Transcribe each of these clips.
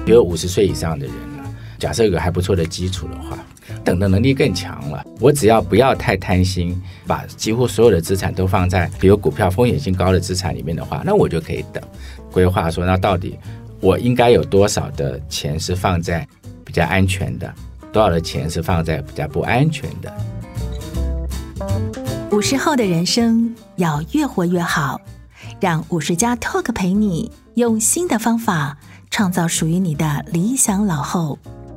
比如50岁以上的人呢，假设有个还不错的基础的话，等的能力更强了，我只要不要太贪心，把几乎所有的资产都放在比如股票风险性高的资产里面的话，那我就可以等规划说，那到底我应该有多少的钱是放在比较安全的，多少的钱是放在比较不安全的。 50后的人生要越活越好，让50+Talk 陪你用新的方法创造属于你的理想老后。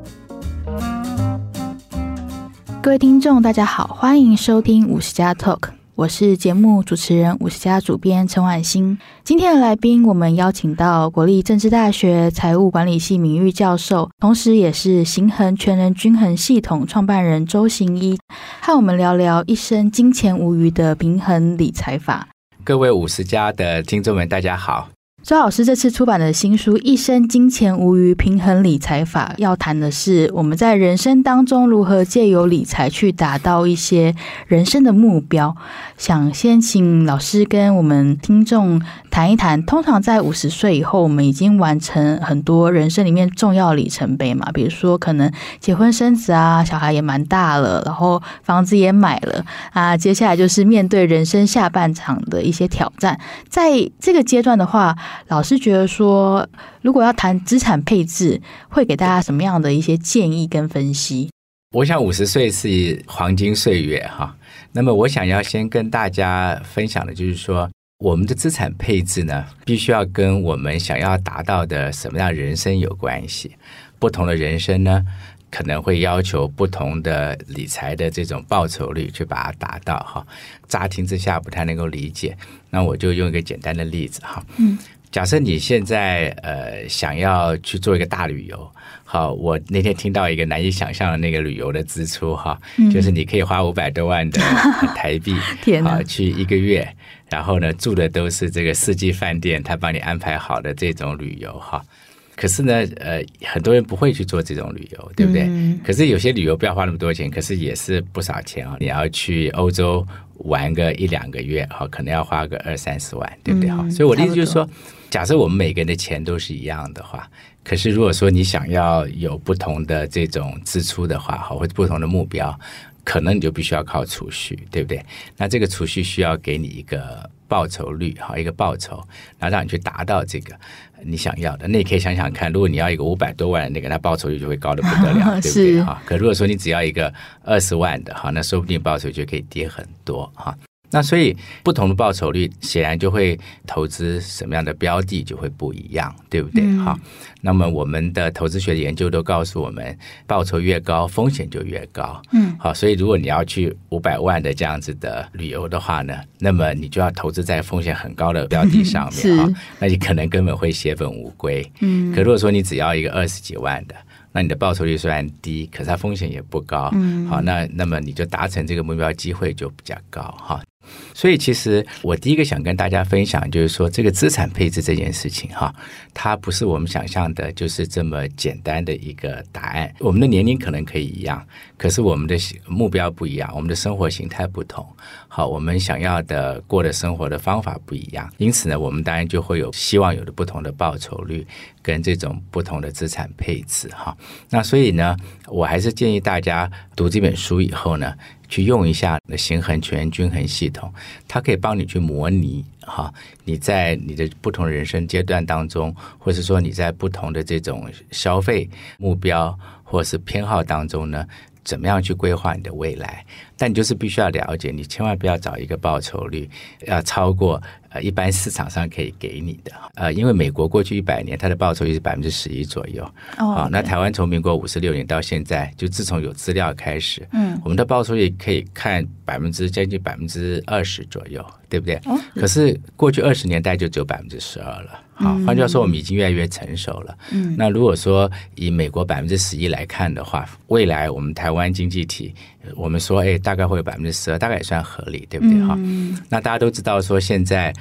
各位听众大家好，欢迎收听50+Talk， 我是节目主持人50+主编陈婉欣。今天的来宾我们邀请到国立政治大学财务管理系名誉教授，同时也是行衡全人均衡系统创办人周行一，和我们聊聊一生金钱无虞的平衡理财法。 各位50+的听众们大家好。 周老师这次出版的新书《一生金钱无虞平衡理财法》，要谈的是我们在人生当中如何借由理财去达到一些人生的目标。想先请老师跟我们听众谈一谈，通常在50岁以后，我们已经完成很多人生里面重要的里程碑嘛，比如说可能结婚生子啊，小孩也蛮大了，然后房子也买了啊，接下来就是面对人生下半场的一些挑战。在这个阶段的话，老师觉得说，如果要谈资产配置，会给大家什么样的一些建议跟分析？ 我想50岁是黄金岁月哈，那么我想要先跟大家分享的就是说，我们的资产配置呢，必须要跟我们想要达到的什么样的人生有关系。不同的人生呢，可能会要求不同的理财的这种报酬率去把它达到哈。乍听之下不太能够理解，那我就用一个简单的例子哈。假设你现在想要去做一个大旅游，好，我那天听到一个难以想象的那个旅游的支出哈，就是你可以花500多万的台币，好去1个月，然后呢住的都是这个4季饭店，他帮你安排好的这种旅游哈。可是呢，很多人不会去做这种旅游，对不对？可是有些旅游不要花那么多钱，可是也是不少钱啊。你要去欧洲玩个1-2个月，可能要花个20-30万，对不对？所以我的意思就是说，假设我们每个人的钱都是一样的话，可是如果说你想要有不同的这种支出的话，或者不同的目标，可能你就必须要靠储蓄，对不对？那这个储蓄需要给你一个报酬率，一个报酬，然后让你去达到这个你想要的。那你可以想想看，如果你要一个500多万的那个，那报酬率就会高得不得了，对不对？可如果说你只要一个20万的，那说不定报酬就可以跌很多哈。那所以不同的报酬率显然就会投资什么样的标的就会不一样，对不对？那么我们的投资学的研究都告诉我们，报酬越高风险就越高。好，所以如果你要去500万的这样子的旅游的话呢，那么你就要投资在风险很高的标的上面那你可能根本会血本无归。可如果说你只要一个20几万的，那你的报酬率虽然低，可是它风险也不高。好，那么你就达成这个目标机会就比较高哈。所以其实我第一个想跟大家分享就是说，这个资产配置这件事情哈，它不是我们想象的就是这么简单的一个答案。我们的年龄可能可以一样，可是我们的目标不一样，我们的生活形态不同，好，我们想要的过的生活的方法不一样，因此呢，我们当然就会有希望有的不同的报酬率跟这种不同的资产配置哈。那所以呢，我还是建议大家读这本书以后呢，去用一下行衡全人均衡系统，它可以帮你去模拟你在你的不同的人生阶段当中，或是说你在不同的这种消费目标或是偏好当中呢，怎么样去规划你的未来。但你就是必须要了解，你千万不要找一个报酬率要超过一般市场上可以给你的。因为美国过去100年它的报酬率是11%左右。那台湾从民国56年到现在，就自从有资料开始，我们的报酬率可以看将近20%左右，对不对？可是过去20年代就只有12%了。好，换句话说，我们已经越来越成熟了。那如果说以美国11%来看的话，未来我们台湾经济体，我们说大概会有12%，大概也算合理，对不对？那大家都知道说，现在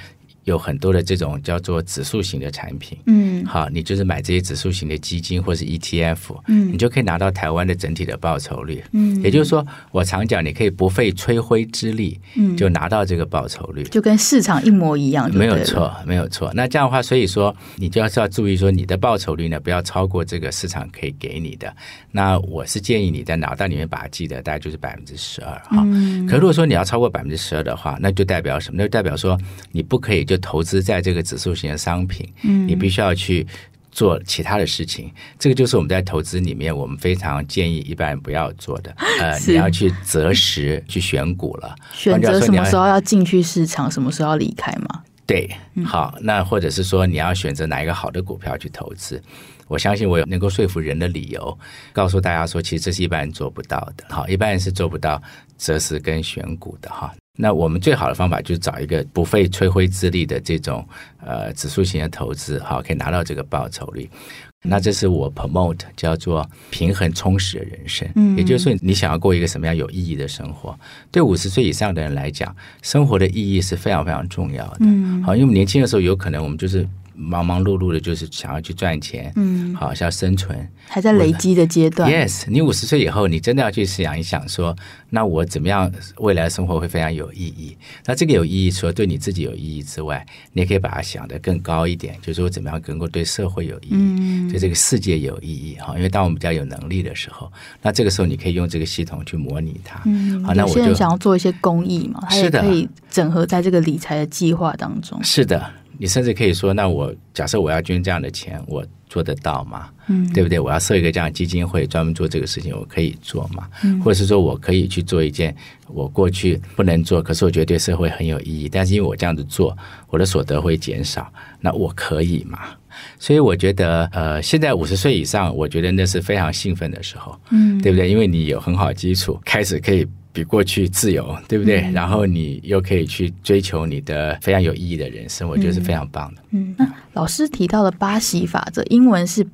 有很多的这种叫做指数型的产品，好，你就是买这些指数型的基金或是 ETF，你就可以拿到台湾的整体的报酬率，也就是说，我常讲，你可以不费吹灰之力，就拿到这个报酬率， 就跟市场一模一样就对了， 没有错，没有错。那这样的话，所以说你就要注意说，你的报酬率呢，不要超过这个市场可以给你的。那我是建议你在脑袋里面把它记得，大概就是12%哈。可如果说你要超过12%的话，那就代表什么？那就代表说你不可以就投资在这个指数型的商品，你必须要去做其他的事情。这个就是我们在投资里面我们非常建议一般人不要做的，你要去择时去选股了， 选择什么时候要进去市场，什么时候要离开嘛。 对，好，那或者是说你要选择哪一个好的股票去投资。我相信我有能够说服人的理由，告诉大家说，其实这是一般人做不到的。好，一般人是做不到择时跟选股的哈。那我们最好的方法就是找一个不费吹灰之力的这种指数型的投资，好，可以拿到这个报酬率。那这是我 promote 叫做平衡充实的人生，也就是说你想要过一个什么样有意义的生活。对50岁以上的人来讲，生活的意义是非常非常重要的。好，因为我们年轻的时候有可能我们就是忙忙碌碌的，就是想要去赚钱，好，想要生存， 还在累积的阶段。 Yes， 你50岁以后，你真的要去想一想说，那我怎么样未来的生活会非常有意义？那这个有意义，除了对你自己有意义之外，你也可以把它想得更高一点，就是说怎么样能够对社会有意义，对这个世界有意义哈。因为当我们比较有能力的时候，那这个时候你可以用这个系统去模拟它。好，那我就有些人想要做一些公益嘛，他也可以整合在这个理财的计划当中。 是的。你甚至可以说，那我假设我要捐这样的钱，我做得到吗？对不对？我要设一个这样的基金会，专门做这个事情，我可以做吗？或者是说我可以去做一件我过去不能做，可是我觉得对社会很有意义，但是因为我这样子做，我的所得会减少，那我可以吗？所以我觉得现在50岁以上，我觉得那是非常兴奋的时候，对不对？因为你有很好的基础，开始可以比过去自由，对不对？然后你又可以去追求你的非常有意义的人生，我觉得是非常棒的。 那老师提到的巴西法则，英文是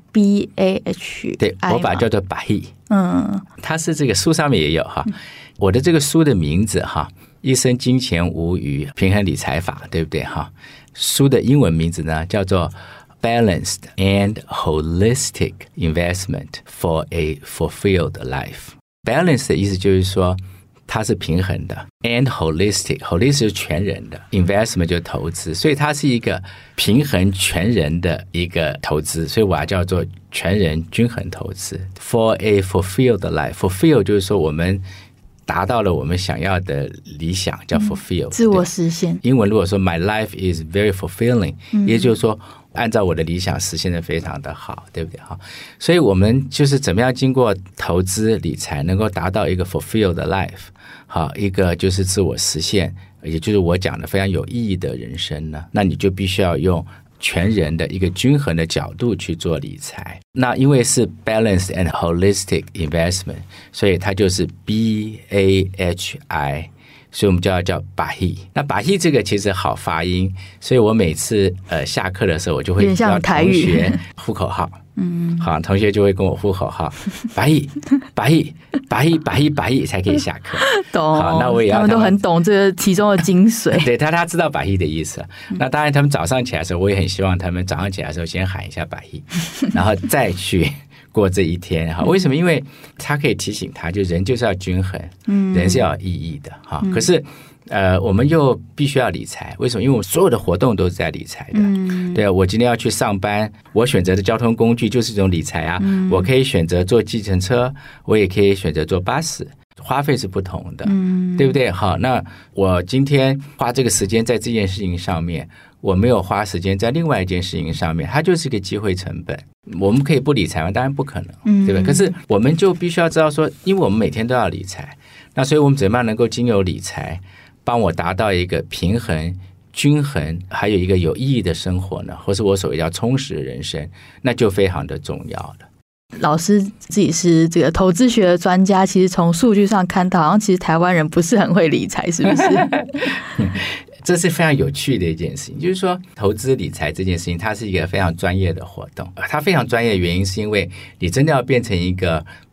BAHI， 对，我把它叫做BAHI。它是这个书上面也有哈。我的这个书的名字哈，一生金钱无虞，平衡理财法，对不对哈？书的英文名字呢叫做Balanced and Holistic Investment for a Fulfilled Life。 Balanced 的意思就是说它是平衡的， and holistic 是全人的， investment 就是投资，所以它是一个平衡全人的一个投资，所以我要叫做全人均衡投资。 For a fulfilled life， fulfill 就是说我们达到了我们想要的理想，叫 fulfill， 自我实现。 英文如果说 My life is very fulfilling，也就是说按照我的理想实现的非常的好，对不对？所以我们就是怎么样经过投资理财能够达到一个 fulfilled life， 好，一个就是自我实现，也就是我讲的非常有意义的人生呢，那你就必须要用全人的一个均衡的角度去做理财。那因为是 balanced and holistic investment， 所以它就是 BAHI， 所以我们就要叫 BAHI。 那 BAHI 这个其实好发音，所以我每次下课的时候我就会让同学呼口号。好，同学就会跟我呼口号，BAHI BAHI BAHI BAHI BAHI 才可以下课。 懂， 好，那我也要他们都很懂这个其中的精髓。 对，他知道BAHI的意思。那当然他们早上起来的时候，我也很希望他们早上起来的时候先喊一下BAHI，然后再去过这一天。为什么？因为他可以提醒他，就人就是要均衡，人是要有意义的。可是我们又必须要理财，为什么？因为我所有的活动都是在理财的。对啊，我今天要去上班，我选择的交通工具就是一种理财啊。我可以选择坐计程车，我也可以选择坐巴士，花费是不同的，对不对？好，那我今天花这个时间在这件事情上面，我没有花时间在另外一件事情上面，它就是一个机会成本。我们可以不理财吗？当然不可能，对吧？可是我们就必须要知道说，因为我们每天都要理财，那所以我们怎么样能够经由理财帮我达到一个平衡均衡还有一个有意义的生活呢？或是我所谓叫充实的人生，那就非常的重要了。 老师自己是这个投资学的专家，其实从数据上看到好像其实台湾人不是很会理财，是不是？ 这是非常有趣的一件事情，就是说投资理财这件事情它是一个非常专业的活动。它非常专业的原因是因为你真的要变成一个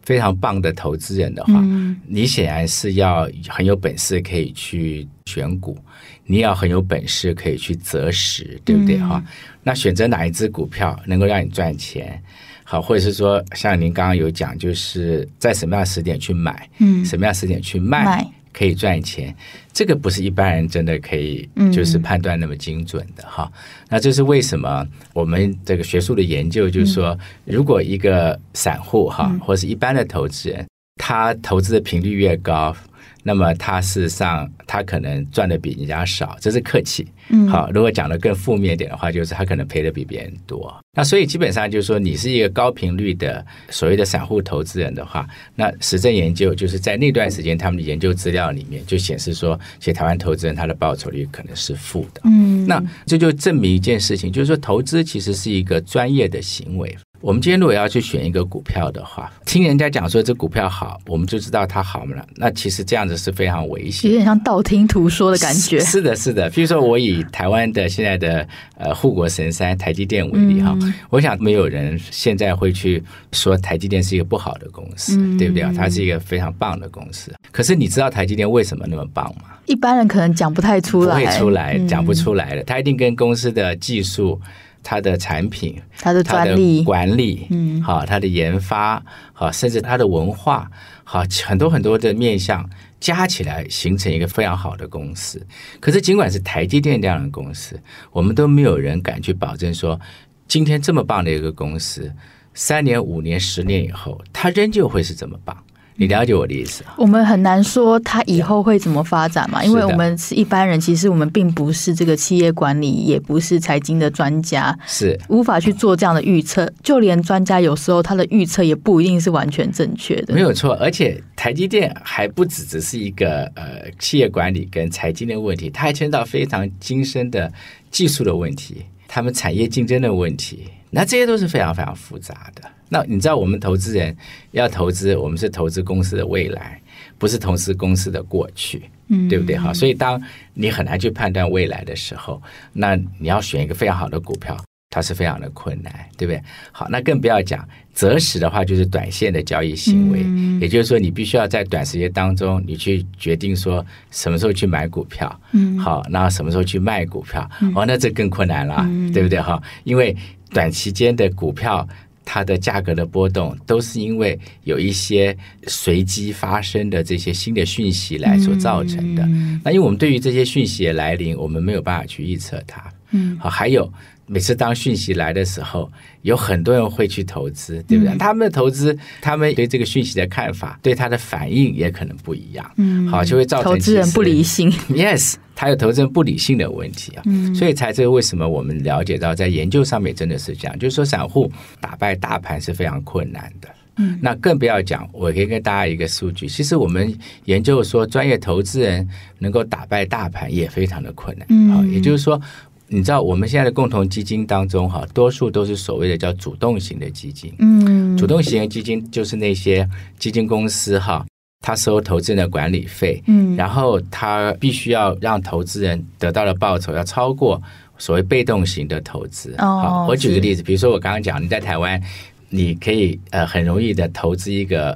非常棒的投资人的话，你显然是要很有本事可以去选股，你要很有本事可以去择时，对不对哈？那选择哪一只股票能够让你赚钱？好，或者是说像您刚刚有讲，就是在什么样的时点去买，什么样的时点去卖可以赚钱，这个不是一般人真的可以就是判断那么精准的哈。那这是为什么我们这个学术的研究就是说，如果一个散户哈，或是一般的投资人，他投资的频率越高，那么他事实上他可能赚的比人家少，这是客气。好，如果讲的更负面一点的话，就是他可能赔的比别人多。那所以基本上就是说，你是一个高频率的所谓的散户投资人的话，那实证研究就是在那段时间他们的研究资料里面就显示说，其实台湾投资人他的报酬率可能是负的。那这就证明一件事情，就是说投资其实是一个专业的行为。我们今天如果要去选一个股票的话，听人家讲说这股票好，我们就知道它好了，那其实这样子是非常危险， 有点像道听途说的感觉。 是的，是的。比如说我以台湾的现在的护国神山台积电为例哈，我想没有人现在会去说台积电是一个不好的公司，对不对？它是一个非常棒的公司。可是你知道台积电为什么那么棒吗？ 一般人可能讲不太出来， 不会出来，讲不出来的。它一定跟公司的技术、它的产品、 它的专利、 管理，好，它的研发，好，甚至它的文化，好，很多很多的面向加起来形成一个非常好的公司。可是尽管是台积电这样的公司，我们都没有人敢去保证说，今天这么棒的一个公司，3年、5年、10年以后，它仍旧会是这么棒。你了解我的意思？ 我们很难说它以后会怎么发展嘛，因为我们是一般人，其实我们并不是这个企业管理，也不是财经的专家， 是无法去做这样的预测。就连专家有时候他的预测也不一定是完全正确的。 没有错，而且台积电还不只是一个企业管理跟财经的问题，它还牵到非常精深的技术的问题，他们产业竞争的问题，那这些都是非常非常复杂的。那你知道我们投资人要投资，我们是投资公司的未来，不是投资公司的过去，对不对？好，所以当你很难去判断未来的时候，那你要选一个非常好的股票，它是非常的困难，对不对？好，那更不要讲择时的话，就是短线的交易行为，也就是说你必须要在短时间当中，你去决定说什么时候去买股票，好，然后什么时候去卖股票，那这更困难了，对不对？哈，因为短期间的股票它的价格的波动都是因为有一些随机发生的这些新的讯息来所造成的。那因为我们对于这些讯息的来临，我们没有办法去预测它。好，还有每次当讯息来的时候，有很多人会去投资，对不对？他们的投资，他们对这个讯息的看法，对他的反应也可能不一样。好，就会造成投资人不理性。 Yes， 他有投资人不理性的问题啊。所以才这个为什么我们了解到，在研究上面真的是这样，就是说散户打败大盘是非常困难的。那更不要讲，我可以跟大家一个数据，其实我们研究说，专业投资人能够打败大盘也非常的困难。好，也就是说，你知道我们现在的共同基金当中哈，多数都是所谓的叫主动型的基金。主动型的基金就是那些基金公司哈，他收投资人的管理费，然后他必须要让投资人得到的报酬要超过所谓被动型的投资。好，我举个例子，比如说我刚刚讲你在台湾，你可以很容易的投资一个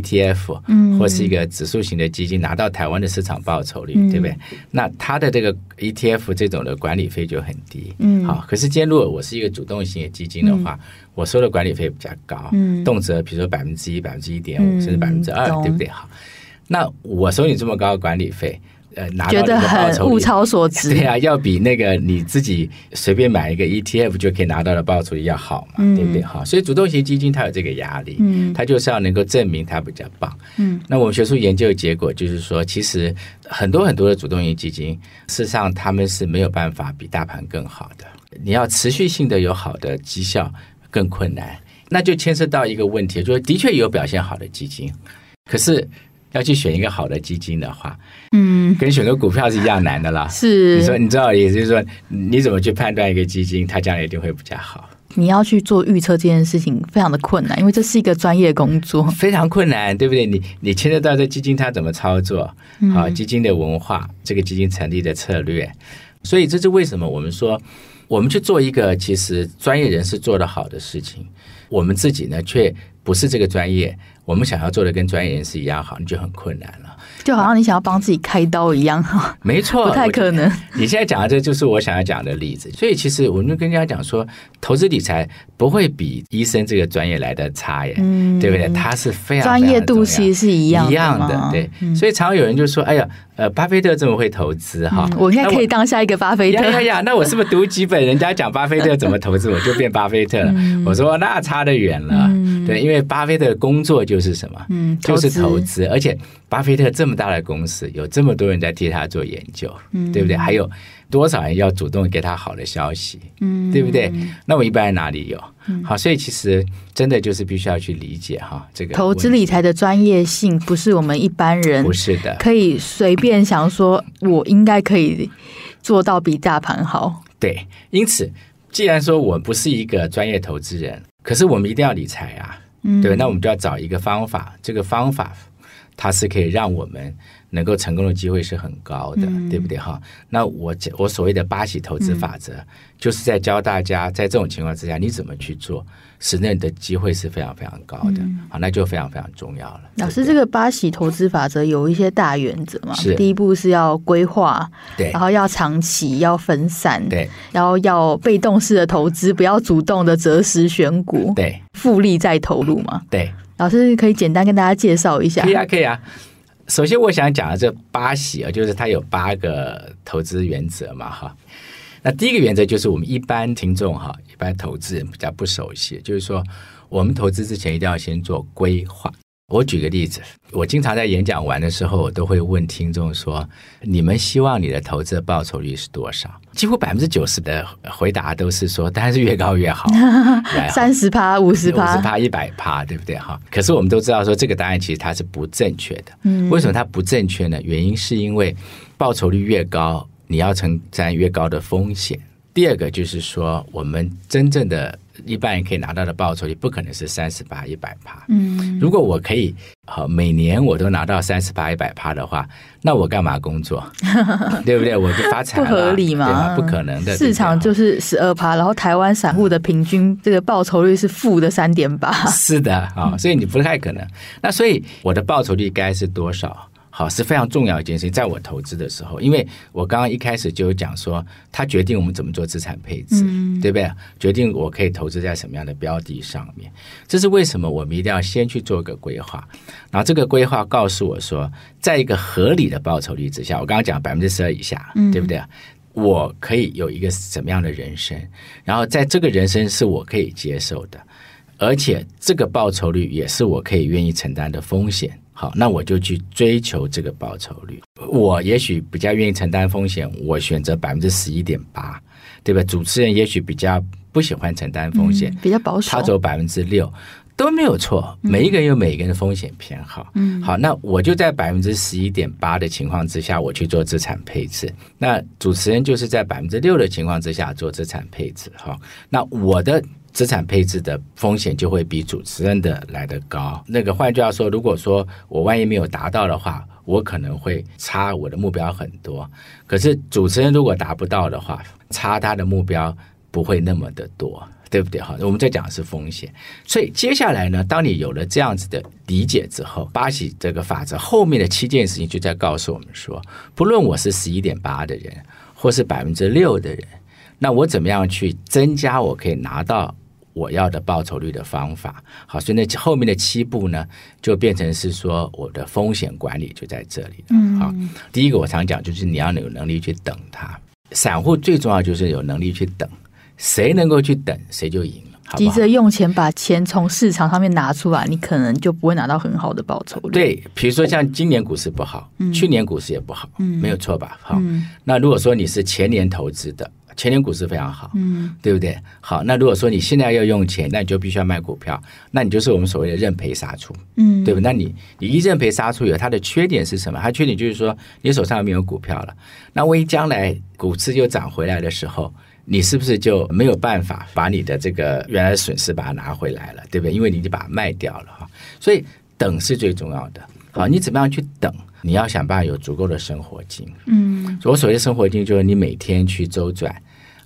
ETF，或是一个指数型的基金，拿到台湾的市场报酬率，对不对？那它的这个 ETF 这种的管理费就很低。好，可是今天如果我是一个主动型的基金的话，我收的管理费比较高，动辄比如说1%、1.5%，甚至2%，对不对？好，那我收你这么高的管理费，拿到觉得很物超所值。 对啊，要比那个你自己随便买一个 ETF 就可以拿到的报酬率要好嘛，对不对？好，所以主动型基金它有这个压力，它就是要能够证明它比较棒。那我们学术研究的结果就是说，其实很多很多的主动型基金，事实上他们是没有办法比大盘更好的。你要持续性的有好的绩效更困难，那就牵涉到一个问题，就是的确有表现好的基金，可是要去选一个好的基金的话，跟选个股票是一样难的啦。 是， 你说你知道，也就是说，你怎么去判断一个基金，它将来一定会比较好？ 你要去做预测这件事情非常的困难，因为这是一个专业工作， 非常困难，对不对？你牵涉到这基金它怎么操作，好，基金的文化，这个基金成立的策略，所以这是为什么我们说，我们去做一个其实专业人士做得好的事情，我们自己呢却不是这个专业， 我们想要做的跟专业人士一样好，你就很困难了。 就好像你想要帮自己开刀一样， 没错， 不太可能。 你现在讲的这就是我想要讲的例子。所以其实我们就跟人家讲说，投资理财不会比医生这个专业来的差耶，对不对？它是非常专业度其实是一样的，对。所以常有人就说，哎呀，巴菲特这么会投资哈， 我应该可以当下一个巴菲特。 那我是不是读几本人家讲巴菲特怎么投资，我就变巴菲特了？我说那差得远了，对，因为巴菲特的工作就是什么？就是投资，而且巴菲特这么大的公司，有这么多人在替他做研究，对不对？还有多少人要主动给他好的消息，对不对？那我一般哪里有？好，所以其实真的就是必须要去理解哈，这个投资理财的专业性不是我们一般人不是的可以随便想说我应该可以做到比大盘好。 对，因此既然说我不是一个专业投资人，可是我们一定要理财啊，对，那我们就要找一个方法，这个方法它是可以让我们能够成功的机会是很高的，对不对哈？那我所谓的8喜投资法则，就是在教大家在这种情况之下你怎么去做，使你的机会是非常非常高的，好，那就非常非常重要了。 老师，这个8喜投资法则有一些大原则嘛？ 是， 第一步是要规划， 对， 然后要长期，要分散， 对， 然后要被动式的投资，不要主动的择时选股， 对， 复利再投入嘛？ 对。 老师可以简单跟大家介绍一下？ 可以啊。首先我想讲的这8喜就是它有8个投资原则嘛哈。那第一个原则就是我们一般听众哈，一般投资人比较不熟悉，就是说我们投资之前一定要先做规划。我举个例子，我经常在演讲完的时候，我都会问听众说，你们希望你的投资的报酬率是多少？几乎90%的回答都是说，当然是越高越好 ，30%、50%、 100%，对不对哈？可是我们都知道说，这个答案其实它是不正确的。为什么它不正确呢？原因是因为报酬率越高，你要承担越高的风险。第二个就是说，我们真正的一般人可以拿到的报酬率不可能是30%、100%。如果我可以每年我都拿到30%、100%的话，那我干嘛工作？对不对？我就发财了， 不合理嘛？ 不可能的。 市场就是12%，然后台湾散户的平均这个报酬率是负的3.8%。 是的，所以你不太可能。那所以我的报酬率该是多少？好，是非常重要的一件事情，在我投资的时候，因为我刚刚一开始就有讲说，它决定我们怎么做资产配置，对不对？决定我可以投资在什么样的标的上面。这是为什么我们一定要先去做个规划，然后这个规划告诉我说，在一个合理的报酬率之下，我刚刚讲12%以下，对不对？我可以有一个什么样的人生，然后在这个人生是我可以接受的，而且这个报酬率也是我可以愿意承担的风险。好，那我就去追求这个报酬率。我也许比较愿意承担风险，我选择11.8%，对吧？主持人也许比较不喜欢承担风险， 比较保守， 他走6%都没有错。每一个人有每一个人的风险偏好。好，那我就在11.8%的情况之下，我去做资产配置。那主持人就是在6%的情况之下做资产配置。好，那我的资产配置的风险就会比主持人的来得高。那个换句话说，如果说我万一没有达到的话，我可能会差我的目标很多。可是主持人如果达不到的话，差他的目标不会那么的多，对不对？我们在讲的是风险。所以接下来呢，当你有了这样子的理解之后，8喜这个法则后面的7件事情就在告诉我们说，不论我是11.8%的人或是6%的人，那我怎么样去增加我可以拿到我要的报酬率的方法。好，所以那后面的7步呢，就变成是说我的风险管理就在这里了。好，第一个我常讲就是你要有能力去等它。散户最重要就是有能力去等，谁能够去等谁就赢了。 急着用钱把钱从市场上面拿出来，你可能就不会拿到很好的报酬率。 对，比如说像今年股市不好，去年股市也不好，没有错吧？好，那如果说你是前年投资的，前年股市非常好，对不对？好，那如果说你现在要用钱，那你就必须要卖股票，那你就是我们所谓的认赔杀出，对不对？那你一认赔杀出，有它的缺点是什么？它缺点就是说你手上没有股票了，那万一将来股市又涨回来的时候，你是不是就没有办法把你的这个原来的损失把它拿回来了，对不对？因为你已经把它卖掉了哈。所以等是最重要的。好，你怎么样去等？你要想办法有足够的生活金。我所谓的生活金就是你每天去周转。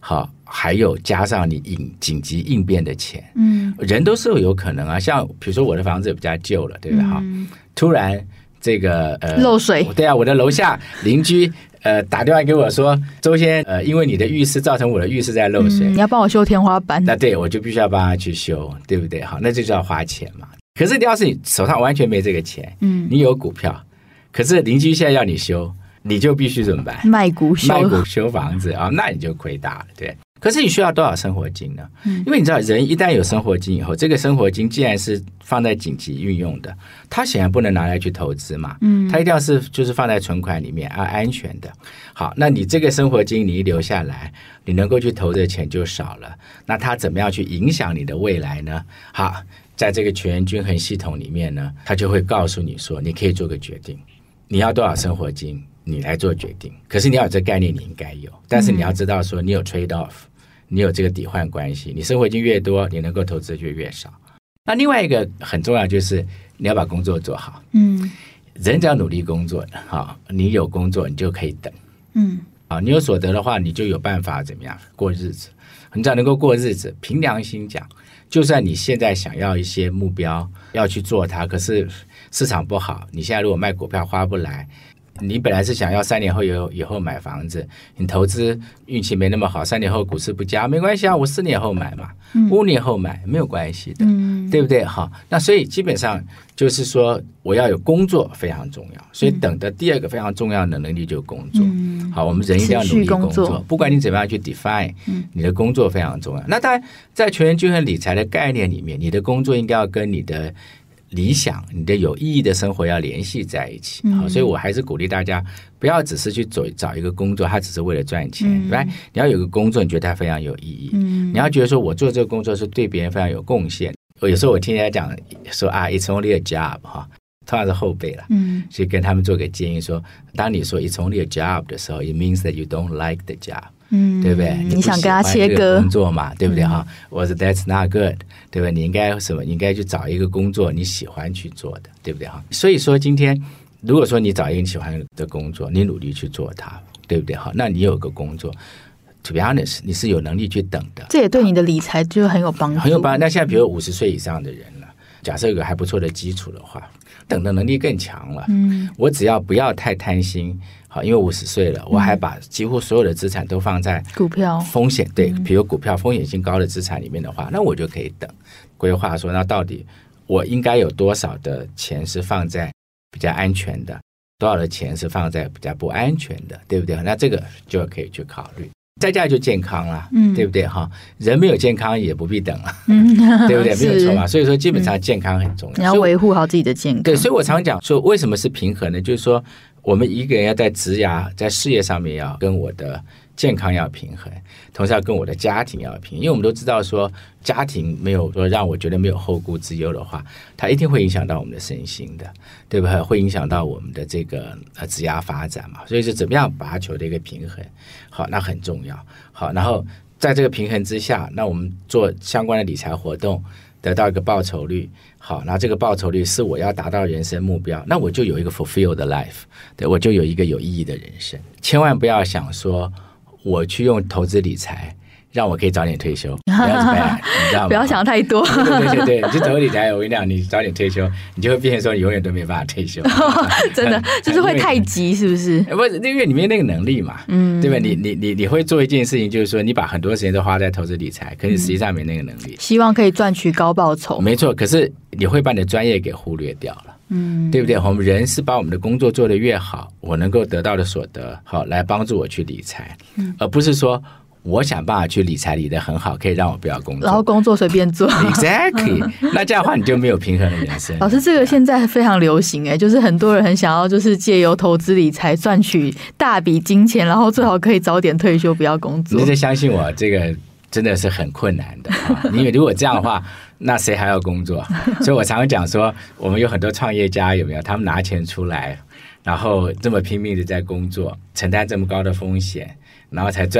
好，还有加上你紧急应变的钱，人都是有可能啊。像比如说我的房子比较旧了，对不对？哈，突然这个漏水， 对啊，我的楼下邻居打电话给我说，周先因为你的浴室造成我的浴室在漏水， 你要帮我修天花板， 那对我就必须要帮他去修，对不对？好，那就要花钱嘛。可是要是你手上完全没这个钱，你有股票，可是邻居现在要你修，你就必须怎么办？ 卖股修房子啊，那你就亏大了，对。可是你需要多少生活金呢？因为你知道，人一旦有生活金以后，这个生活金既然是放在紧急运用的，它显然不能拿来去投资嘛，它一定要是就是放在存款里面安全的。好，那你这个生活金你一留下来，你能够去投的钱就少了，那它怎么样去影响你的未来呢？好，在这个全员均衡系统里面呢，它就会告诉你说，你可以做个决定，你要多少生活金，你来做决定。可是你要有这个概念，你应该有，但是你要知道说你有 trade off， 你有这个抵换关系，你生活金越多，你能够投资就越少。那另外一个很重要就是你要把工作做好，人只要努力工作的，好，你有工作你就可以等，你有所得的话，你就有办法怎么样过日子。你只要能够过日子，凭良心讲，就算你现在想要一些目标要去做它，可是市场不好，你现在如果卖股票花不来，你本来是想要3年后以后买房子，你投资运气没那么好，3年后股市不佳，没关系啊，我4年后买嘛，5年后买没有关系的，对不对？好，那所以基本上就是说我要有工作非常重要，所以等的第二个非常重要的能力就是工作。好，我们人一定要努力工作，不管你怎么样去 define，你的工作非常重要。那当然在全员均衡理财的概念里面，你的工作应该要跟你的理想，你的有意义的生活要联系在一起。好，所以我还是鼓励大家不要只是去找一个工作，它只是为了赚钱，你要有个工作你觉得它非常有意义，你要觉得说我做这个工作是对别人非常有贡献。有时候我听人家讲说it's only a job， 通常是后辈了，所以跟他们做个建议说，当你说 it's only a job 的时候， it means that you don't like the job，对不对？ 你想跟他切割工作嘛，对不对哈？或者 that's not good， 对不对？你应该什么？你应该去找一个工作你喜欢去做的，对不对哈？所以说今天如果说你找一个你喜欢的工作，你努力去做它，对不对哈？那你有个工作 to be honest， 你是有能力去等的， 这也对你的理财就很有帮助， 很有帮助。那现在比如50岁以上的人了，假设有个还不错的基础的话，等的能力更强了。我只要不要太贪心，好，因为50岁了，我还把几乎所有的资产都放在股票风险，对，比如股票风险性高的资产里面的话，那我就可以等规划说，那到底我应该有多少的钱是放在比较安全的，多少的钱是放在比较不安全的，对不对？那这个就可以去考虑。再加就健康啦，对不对哈？人没有健康也不必等了，对不对？没有错嘛。所以说基本上健康很重要， 你要维护好自己的健康。 对，所以我常讲说，为什么是平衡呢？就是说，我们一个人要在职涯、在事业上面要跟我的健康要平衡，同时要跟我的家庭要平衡。因为我们都知道说，家庭没有说让我觉得没有后顾之忧的话，它一定会影响到我们的身心的，对不对？会影响到我们的这个职涯发展嘛。所以是怎么样把它求得一个平衡，好，那很重要。好，然后在这个平衡之下，那我们做相关的理财活动，得到一个报酬率。好，那这个报酬率是我要达到人生目标，那我就有一个 fulfill 的 life， 对，我就有一个有意义的人生。千万不要想说我去用投资理财让我可以早点退休，不要怎么样，你知道吗？ 不要想太多。 对，你去投资理财，我跟你讲，你早点退休，你就会变成说你永远都没办法退休。 真的就是会太急，是不是？ 不是，因为你没有那个能力嘛，对吧？你会做一件事情，就是说你把很多时间都花在投资理财，可是实际上没那个能力。 希望可以赚取高报酬， 没错。可是你会把你的专业给忽略掉了。对不对？我们人是把我们的工作做得越好，我能够得到的所得，好来帮助我去理财，而不是说我想办法去理财理得很好，可以让我不要工作， 然后工作随便做。 Exactly， 那这样的话你就没有平衡的人生。 老师，这个现在非常流行就是很多人很想要，就是借由投资理财赚取大笔金钱，然后最好可以早点退休，不要工作。 你得相信我，这个真的是很困难的因为如果这样的话，那谁还要工作？所以我常常讲说，我们有很多创业家，有没有？他们拿钱出来，然后这么拼命的在工作，承担这么高的风险，然后才赚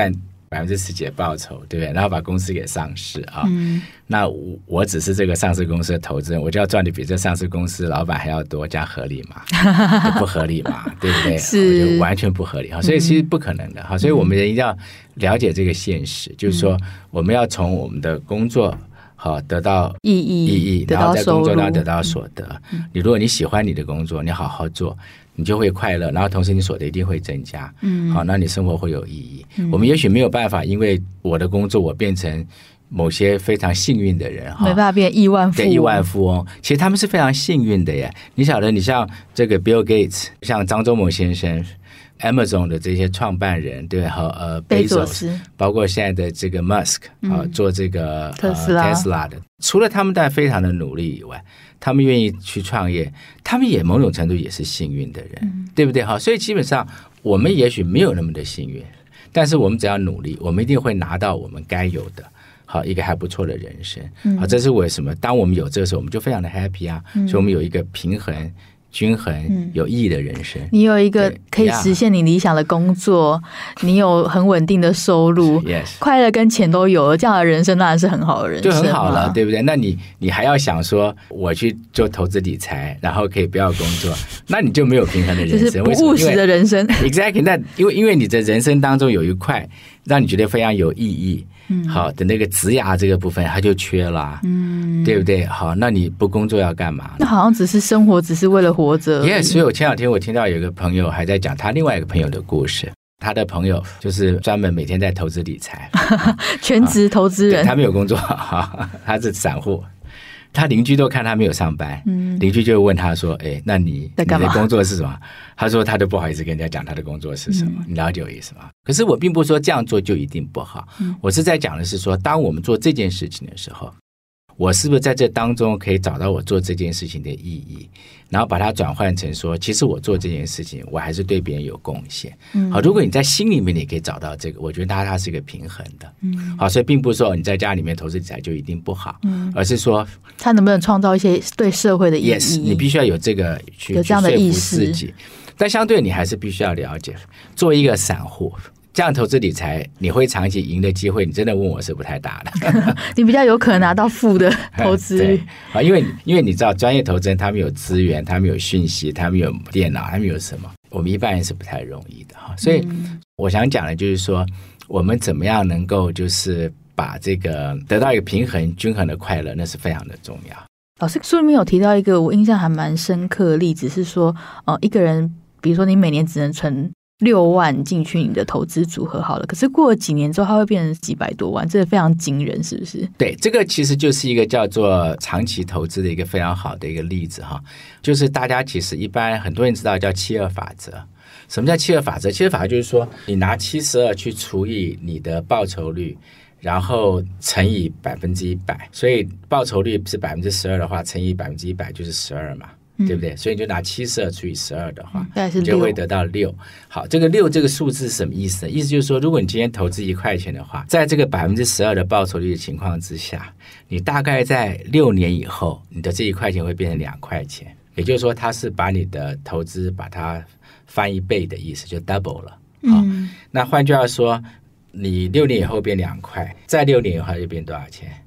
10%几的报酬，对不对？然后把公司给上市啊。那我只是这个上市公司的投资人，我就要赚的比这上市公司老板还要多，这样合理吗？不合理嘛，对不对？ 是， 我觉得完全不合理。所以其实不可能的。所以我们人一定要了解这个现实，就是说我们要从我们的工作得到意义，然后在工作上得到所得。如果你喜欢你的工作，你好好做，你就会快乐，然后同时你所得一定会增加。好，那你生活会有意义。我们也许没有办法，因为我的工作我变成某些非常幸运的人， 没办法变亿万富翁。 对，亿万富翁，其实他们是非常幸运的耶。你晓得，你像这个 Bill Gates， 像张忠谋先生，Amazon 的这些创办人，对，和Bezos， 包括现在的这个 Musk 做这个特斯拉的，除了他们当然非常的努力以外，他们愿意去创业，他们也某种程度也是幸运的人，对不对？所以基本上我们也许没有那么的幸运，但是我们只要努力，我们一定会拿到我们该有的。好，一个还不错的人生。好，这是为什么？当我们有这个时候，我们就非常的 happy 啊。所以我们有一个平衡、均衡、有意义的人生。 你有一个可以实现你理想的工作，你有很稳定的收入，快乐跟钱都有了，这样的人生当然是很好的人生， 就很好了，对不对？那你还要想说，我去做投资理财，然后可以不要工作，那你就没有平衡的人生， 就是不务实的人生。 Exactly， 那因为你的人生当中有一块让你觉得非常有意义。好的，那个职涯这个部分它就缺了，对不对？好，那你不工作要干嘛？ 那好像只是生活，只是为了活着。 Yes， 所以我前两天我听到有一个朋友还在讲他另外一个朋友的故事。他的朋友就是专门每天在投资理财， 全职投资人， 他没有工作，他是散户。他邻居都看他没有上班，邻居就问他说：“哎，那你的工作是什么？”他说：“他都不好意思跟人家讲他的工作是什么。”你了解我意思吗？可是我并不是说这样做就一定不好，我是在讲的是说，当我们做这件事情的时候，我是不是在这当中可以找到我做这件事情的意义，然后把它转换成说，其实我做这件事情，我还是对别人有贡献。好，如果你在心里面你可以找到这个，我觉得它是一个平衡的。好，所以并不是说你在家里面投资理财就一定不好，而是说它能不能创造一些对社会的意义。 Yes， 你必须要有这个有这样的意识，自己。但相对你还是必须要了解，作为一个散户。这样投资理财，你会长期赢的机会，你真的问我是不太大的。 你比较有可能拿到负的投资率啊，因为你知道，专业投资人他们有资源，他们有讯息，他们有电脑，他们有什么？我们一般人是不太容易的哈。所以我想讲的就是说，我们怎么样能够就是把这个得到一个平衡、均衡的快乐，那是非常的重要。 老师书里面有提到一个我印象还蛮深刻的例子，是说，一个人，比如说你每年只能存6万进去你的投资组合好了，可是过了几年之后它会变成几百多万，这个非常惊人，是不是？对， 这个其实就是一个叫做长期投资的一个非常好的一个例子哈。就是大家其实一般很多人知道叫72法则。什么叫72法则？72法则就是说你拿72去除以你的报酬率，然后乘以100%，所以报酬率是12%的话，乘以100%就是12嘛。对不对？所以你就拿72除以12的话，你就会得到6。好，这个6这个数字是什么意思呢？意思就是说，如果你今天投资1块钱的话，在这个12%的报酬率的情况之下，你大概在6年以后，你的这1块钱会变成2块钱。也就是说，它是把你的投资把它翻1倍的意思，就 double 了。好，那换句话说，你6年以后变2块，再6年以后就变多少钱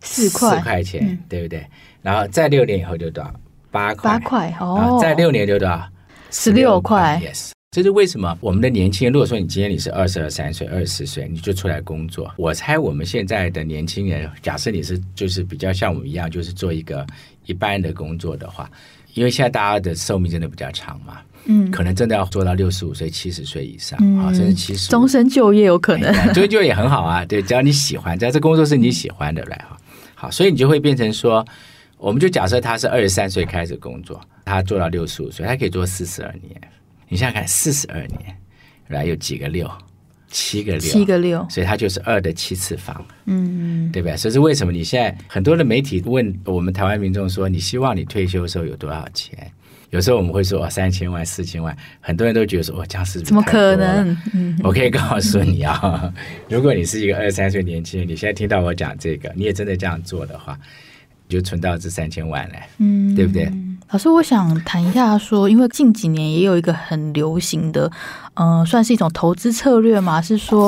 ？4块钱，对不对？然后再6年以后就多少？8块哦， 在6年就多少 ？16块。 Yes， 这是为什么我们的年轻人，如果说你今天你是22、3岁、24岁，你就出来工作。我猜我们现在的年轻人，假设你是就是比较像我们一样，就是做一个一般的工作的话，因为现在大家的寿命真的比较长嘛，可能真的要做到65岁、70岁以上，甚至75， 终身就业有可能。 终身就业也很好啊，对，只要你喜欢，只要这工作是你喜欢的来哈。好，所以你就会变成说。我们就假设他是23岁开始工作，他做到65岁，他可以做42年。你想想看，42年，来有几个6？7个6，所以他就是2的7次方，对不对？所以是为什么你现在很多的媒体问我们台湾民众说，你希望你退休的时候有多少钱？有时候我们会说3000万、4000万，很多人都觉得说这样是不是怎么可能？ 我可以告诉你啊，如果你是一个23岁年轻人，你现在听到我讲这个，你也真的这样做的话。就存到这3000万来，对不对？ 老师，我想谈一下说，因为近几年也有一个很流行的，算是一种投资策略嘛，是说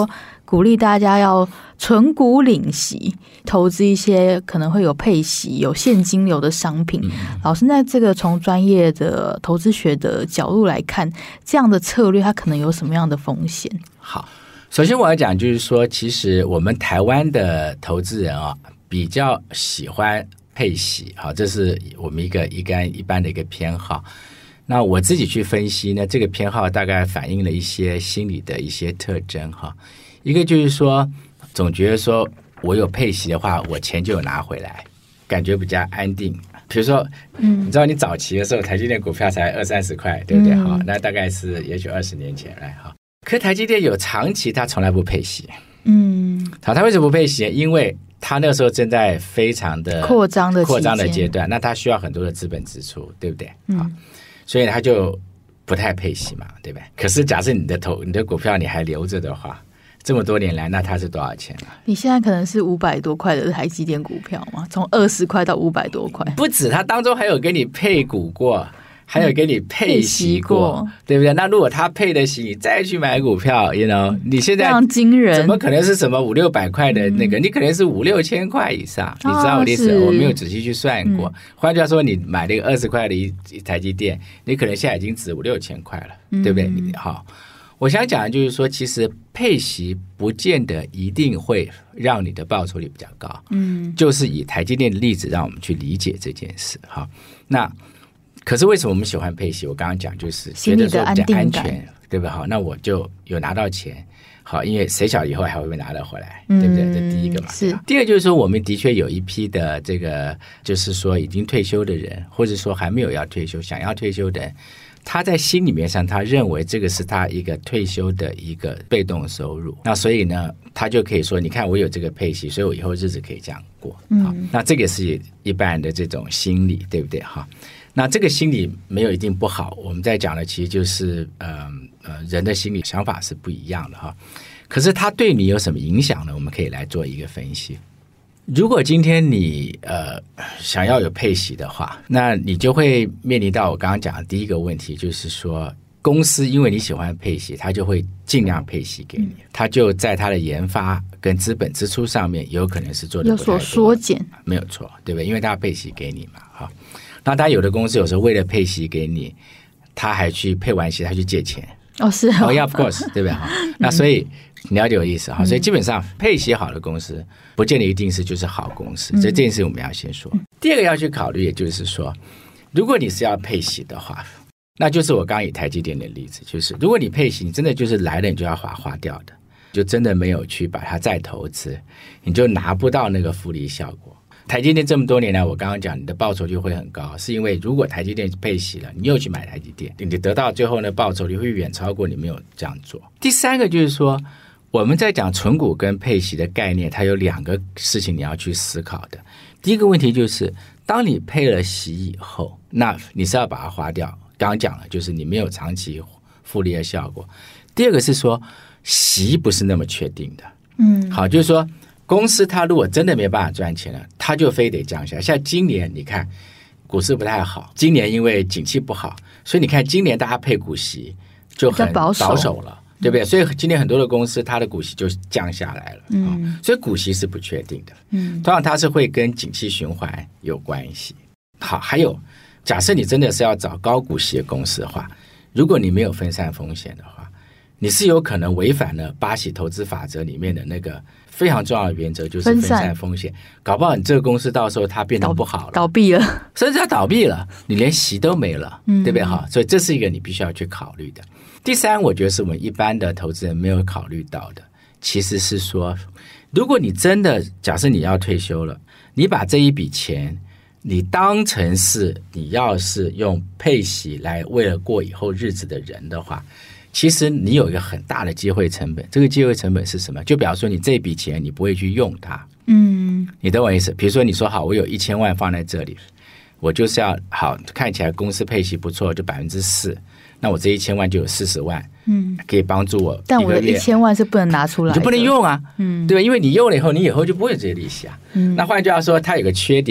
鼓励大家要存股领息，投资一些可能会有配息、有现金流的商品。老师，那这个从专业的投资学的角度来看，这样的策略它可能有什么样的风险？ 好，首先我要讲就是说，其实我们台湾的投资人啊，比较喜欢配息，好，这是我们一般的一个偏好。那我自己去分析呢，这个偏好大概反映了一些心理的一些特征哈。一个就是说，总觉得说我有配息的话，我钱就有拿回来，感觉比较安定。比如说，你知道你早期的时候，台积电股票才20-30块，对不对？哈，那大概是也许20年前来哈。可台积电有长期它从来不配息，好，它为什么不配息？因为它那个时候正在非常的扩张的阶段，那它需要很多的资本支出，对不对？所以它就不太配息嘛，对不对？可是假设你的股票你还留着的话，这么多年来，那它是多少钱啊？ 你现在可能是500多块的台积电股票吗？从20块到500多块， 不止，它当中还有给你配股过，还有给你配息过，对不对？那如果他配得息，你再去买股票 ，you know， 你现在非常惊人， 怎么可能是什么500-600块的那个？你可能是5-6千块以上，你知道我的意思？我没有仔细去算过。换句话说，你买了一个20块的一台积电，你可能现在已经值5-6千块了，对不对？好，我想讲的就是说，其实配息不见得一定会让你的报酬率比较高。就是以台积电的例子，让我们去理解这件事。好，那。可是为什么我们喜欢配息？我刚刚讲就是觉得说比较安全，对吧？好，那我就有拿到钱，好，因为谁晓得以后还会不会拿得回来，对不对？这第一个嘛。 是。 第二就是说，我们的确有一批的这个，就是说已经退休的人，或者说还没有要退休、想要退休的人，他在心里面上，他认为这个是他一个退休的一个被动收入。那所以呢，他就可以说，你看我有这个配息，所以我以后日子可以这样过。好，那这个是一般人的这种心理，对不对？哈。那这个心理没有一定不好，我们在讲的其实就是人的心理想法是不一样的哈。可是它对你有什么影响呢？我们可以来做一个分析。如果今天你想要有配息的话，那你就会面临到我刚刚讲的第一个问题，就是说公司因为你喜欢配息，它就会尽量配息给你，它就在它的研发跟资本支出上面有可能是做的有所缩减， 没有错，对不对？因为它要配息给你嘛，哈。那当然有的公司有时候为了配息给你，他还去配完息他去借钱。 是哦 ，yeah, of course， 对不对？那所以你了解我意思哈。所以基本上配息好的公司不见得一定是就是好公司，所以这件事我们要先说。第二个要去考虑，也就是说，如果你是要配息的话，那就是我刚刚以台积电的例子，就是如果你配息，你真的就是来了你就要花掉的，就真的没有去把它再投资，你就拿不到那个复利效果。台积电这么多年来，我刚刚讲你的报酬率会很高，是因为如果台积电配息了，你又去买台积电，你得到最后呢报酬率会远超过你没有这样做。第三个就是说，我们在讲存股跟配息的概念，它有两个事情你要去思考的。第一个问题就是，当你配了息以后，那你是要把它花掉。刚刚讲了，就是你没有长期复利的效果。第二个是说，息不是那么确定的。好，就是说。公司它如果真的没办法赚钱了，它就非得降下来。像今年你看股市不太好，今年因为景气不好，所以你看今年大家配股息就很保守了，对不对？所以今年很多的公司它的股息就降下来了。所以股息是不确定的。通常它是会跟景气循环有关系。好，还有假设你真的是要找高股息的公司的话，如果你没有分散风险的话，你是有可能违反了巴西投资法则里面的那个非常重要的原则，就是分散风险。搞不好你这个公司到时候它变得不好了， 倒闭了， 甚至它倒闭了，你连息都没了，对不对？哈，所以这是一个你必须要去考虑的。第三，我觉得是我们一般的投资人没有考虑到的，其实是说，如果你真的假设你要退休了，你把这一笔钱你当成是你要是用配息来为了过以后日子的人的话，其实你有一个很大的机会成本。这个机会成本是什么？就比方说你这笔钱你不会去用它，你懂我意思？比如说你说好，我有1000万放在这里，我就是要好看起来公司配息不错，就4%，那我这1000万就有40万，可以帮助我。 但我的1000万是不能拿出来的， 你就不能用啊，对吧？因为你用了以后，你以后就不会有这些利息啊。那换句话说，它有个缺点，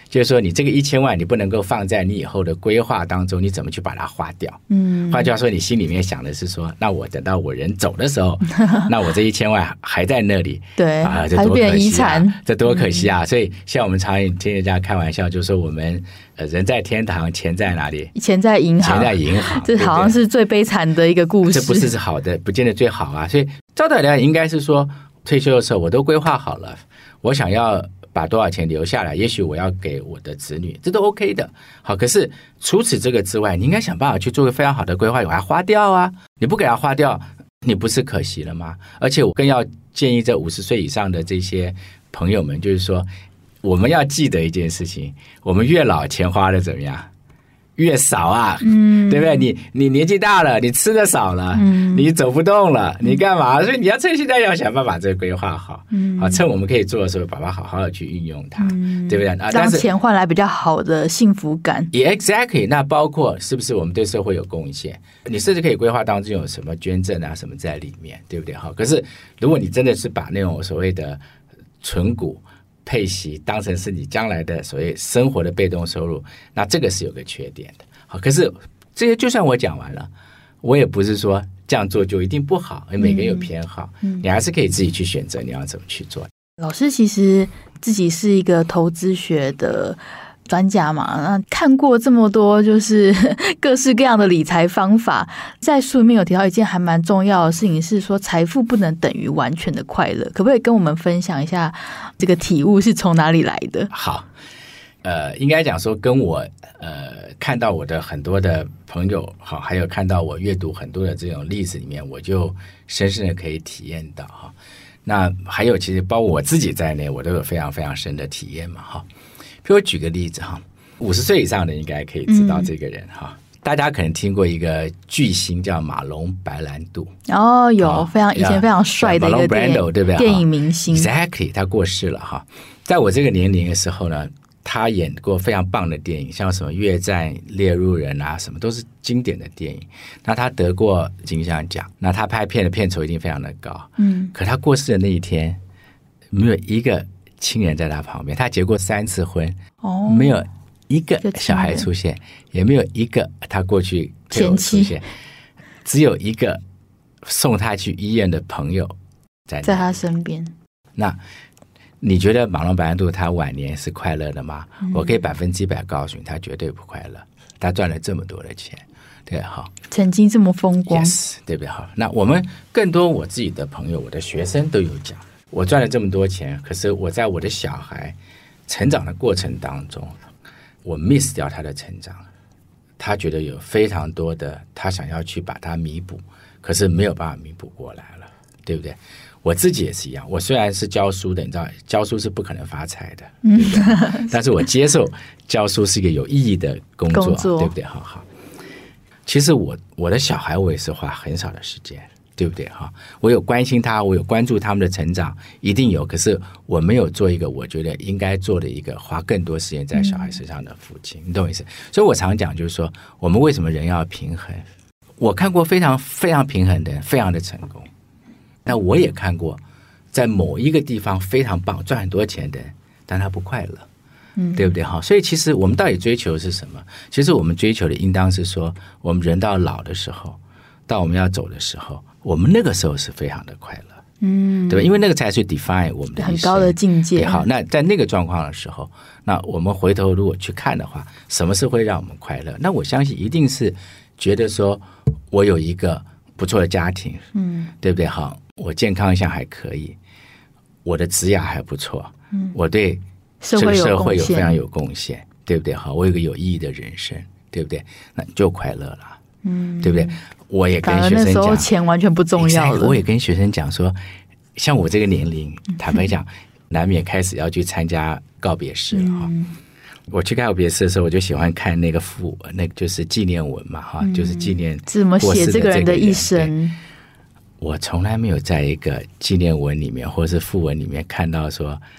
就是说你这个1000万你不能够放在你以后的规划当中，你怎么去把它花掉？换句话说，你心里面想的是说，那我等到我人走的时候，那我这1000万还在那里， 对啊，这多可惜啊， 还变遗产， 这多可惜啊！所以像我们常听人家开玩笑，就是说我们人在天堂，钱在哪里？ 钱在银行， 钱在银行， 这好像是最悲惨的一个故事。 这不是好的，不见得最好啊。所以照道理来应该是说，退休的时候我都规划好了，我想要把多少钱留下来，也许我要给我的子女，这都 OK 的。好，可是除此这个之外，你应该想办法去做个非常好的规划，把它花掉啊！你不给它花掉，你不是可惜了吗？而且我更要建议这50岁以上的这些朋友们，就是说，我们要记得一件事情：我们越老，钱花的怎么样？越少啊，对不对？你年纪大了，你吃的少了，你走不动了，你干嘛？所以你要趁现在要想办法把这个规划好，好，趁我们可以做的时候，把它好好的去运用它，对不对？ 让钱换来比较好的幸福感。 也 exactly， 那包括是不是我们对社会有贡献？你甚至可以规划当中有什么捐赠啊什么在里面，对不对？好，可是如果你真的是把那种所谓的存股配息当成是你将来的所谓生活的被动收入，那这个是有个缺点的。好，可是这些就算我讲完了，我也不是说这样做就一定不好，因为每个人有偏好，你还是可以自己去选择你要怎么去做。 老师其实自己是一个投资学的专家嘛，那看过这么多就是各式各样的理财方法，在书里面有提到一件还蛮重要的事情，是说财富不能等于完全的快乐，可不可以跟我们分享一下这个体悟是从哪里来的？ 好，应该讲说跟我看到我的很多的朋友，好，还有看到我阅读很多的这种例子里面，我就深深的可以体验到哈。那还有其实包括我自己在内，我都有非常非常深的体验嘛哈。比如我举个例子哈，50岁以上的应该可以知道这个人哈。大家可能听过一个巨星叫马龙白兰度哦，有非常以前非常帅的一个电影明星 ，Exactly， 他过世了哈。在我这个年龄的时候呢，他演过非常棒的电影，像什么《越战猎鹿人》啊，什么都是经典的电影。那他得过金像奖，那他拍片的片酬一定非常的高。可他过世的那一天，没有一个亲人在他旁边，他结过3次婚，没有一个小孩出现，也没有一个他过去前妻出现，只有一个送他去医院的朋友在他身边。 那你觉得马龙白兰度他晚年是快乐的吗？我可以100%告诉你，他绝对不快乐。他赚了这么多的钱，对，好， 曾经这么风光， yes， 对不对？好，那我们更多我自己的朋友，我的学生都有讲，我赚了这么多钱，可是我在我的小孩成长的过程当中，我 miss 掉他的成长，他觉得有非常多的他想要去把它弥补，可是没有办法弥补过来了，对不对？我自己也是一样，我虽然是教书的，你知道教书是不可能发财的，对不对？但是我接受教书是一个有意义的工作，对不对？好好，其实我的小孩我也是花很少的时间，对不对？哈，我有关心他，我有关注他们的成长，一定有。可是我没有做一个我觉得应该做的一个花更多时间在小孩身上的父亲，你懂我意思？所以我常讲就是说，我们为什么人要平衡？我看过非常非常平衡的人，非常的成功。那我也看过，在某一个地方非常棒，赚很多钱的人，但他不快乐，对不对？好，所以其实我们到底追求的是什么？其实我们追求的应当是说，我们人到老的时候，到我们要走的时候，我们那个时候是非常的快乐，对吧？因为那个才是 define 我们的很高的境界。 好，那在那个状况的时候，那我们回头如果去看的话，什么是会让我们快乐？那我相信一定是觉得说我有一个不错的家庭，对不对？好，我健康一下还可以，我的职业还不错，我对这个社会有非常有贡献，对不对？好，我有个有意义的人生，对不对？那就快乐了，对不对？我也跟学生讲， 那时候钱完全不重要了。 我也跟学生讲说，像我这个年龄，坦白讲，难免开始要去参加告别式了哈。我去告别式的时候，我就喜欢看那个那个就是纪念文嘛哈，就是纪念怎么写这个人的一生。 我从来没有在一个纪念文里面或者是讣文里面看到说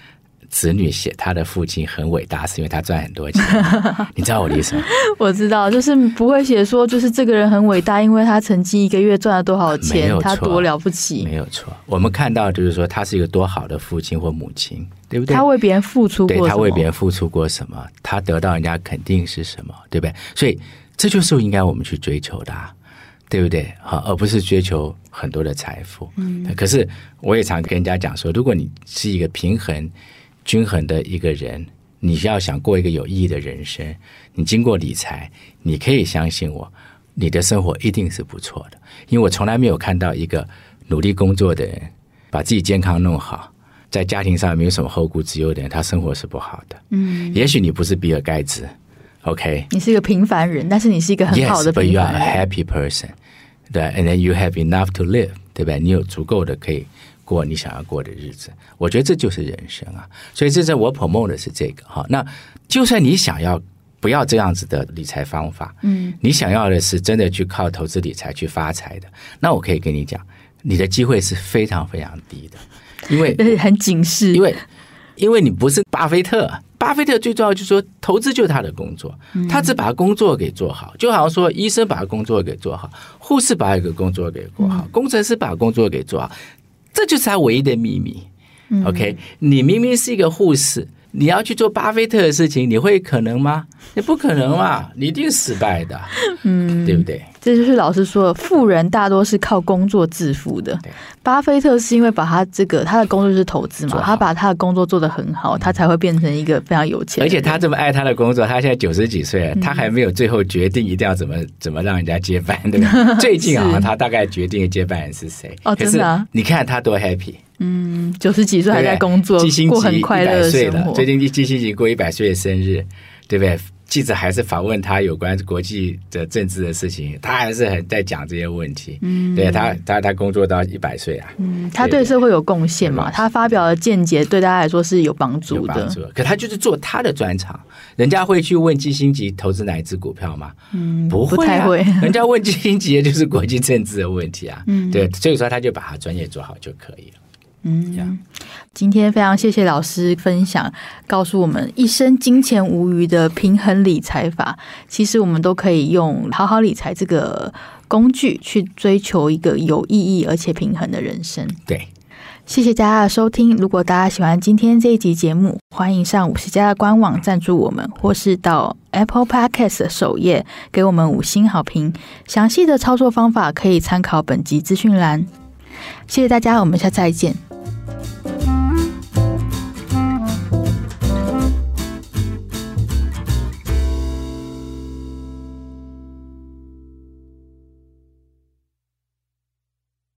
子女写他的父亲很伟大，是因为他赚很多钱。你知道我的意思吗？ 我知道，就是不会写说就是这个人很伟大，因为他曾经一个月赚了多少钱，他多了不起。 没有错，我们看到就是说他是一个多好的父亲或母亲，对不对？ 他为别人付出过什么？ 对，他为别人付出过什么？他得到人家肯定是什么？对不对？所以这就是应该我们去追求的对不对？而不是追求很多的财富。可是我也常跟人家讲说，如果你是一个平衡均衡的一个人，你要想过一个有意义的人生，你经过理财，你可以相信我，你的生活一定是不错的。因为我从来没有看到一个努力工作的人，把自己健康弄好，在家庭上没有什么后顾之忧的人，他生活是不好的。也许你不是比尔盖茨，OK， 你是一个平凡人，但是你是一个很好的平凡人。Yes, but you are a happy person. 对 ，and then you have enough to live， 对不对？你有足够的可以过你想要过的日子。我觉得这就是人生啊。所以这是我 promote 的是这个哈。那就算你想要不要这样子的理财方法，你想要的是真的去靠投资理财去发财的，那我可以跟你讲，你的机会是非常非常低的，因为很警示， 因为你不是巴菲特。巴菲特最重要就是说，投资就是他的工作，他只把工作给做好，就好像说医生把工作给做好，护士把一个工作给做好，工程师把工作给做好，这就是他唯一的秘密。OK， 你明明是一个护士，你要去做巴菲特的事情，你会可能吗？你不可能嘛，你一定失败的，对不对？ 这就是老师说的，富人大多是靠工作致富的。巴菲特是因为把他的工作是投资嘛，他把他的工作做得很好，他才会变成一个非常有钱的人。 而且他这么爱他的工作，他现在90几岁了，他还没有最后决定一定要怎么让人家接班，对不对？最近好像他大概决定的接班人是谁。 真的啊？ 你看他多 happy。 90几岁还在工作，过很快乐的生活。 最近季辛吉过100岁的生日，对不对？记者还是访问他有关国际的政治的事情，他还是很在讲这些问题。对，他工作到100岁啊。 他对社会有贡献嘛？他发表的见解对大家来说是有帮助的。 可他就是做他的专长，人家会去问季辛吉投资哪一只股票吗？不会啊， 不太会。 人家问季辛吉的就是国际政治的问题啊。对，所以说他就把他专业做好就可以了。 今天非常谢谢老师分享，告诉我们一生金钱无余的平衡理财法。其实我们都可以用好好理财这个工具去追求一个有意义而且平衡的人生。 对， 谢谢大家的收听。如果大家喜欢今天这一集节目，欢迎上50+的官网赞助我们，或是到 Apple Podcast 的首页给我们5星好评。详细的操作方法可以参考本集资讯栏。谢谢大家，我们下次再见。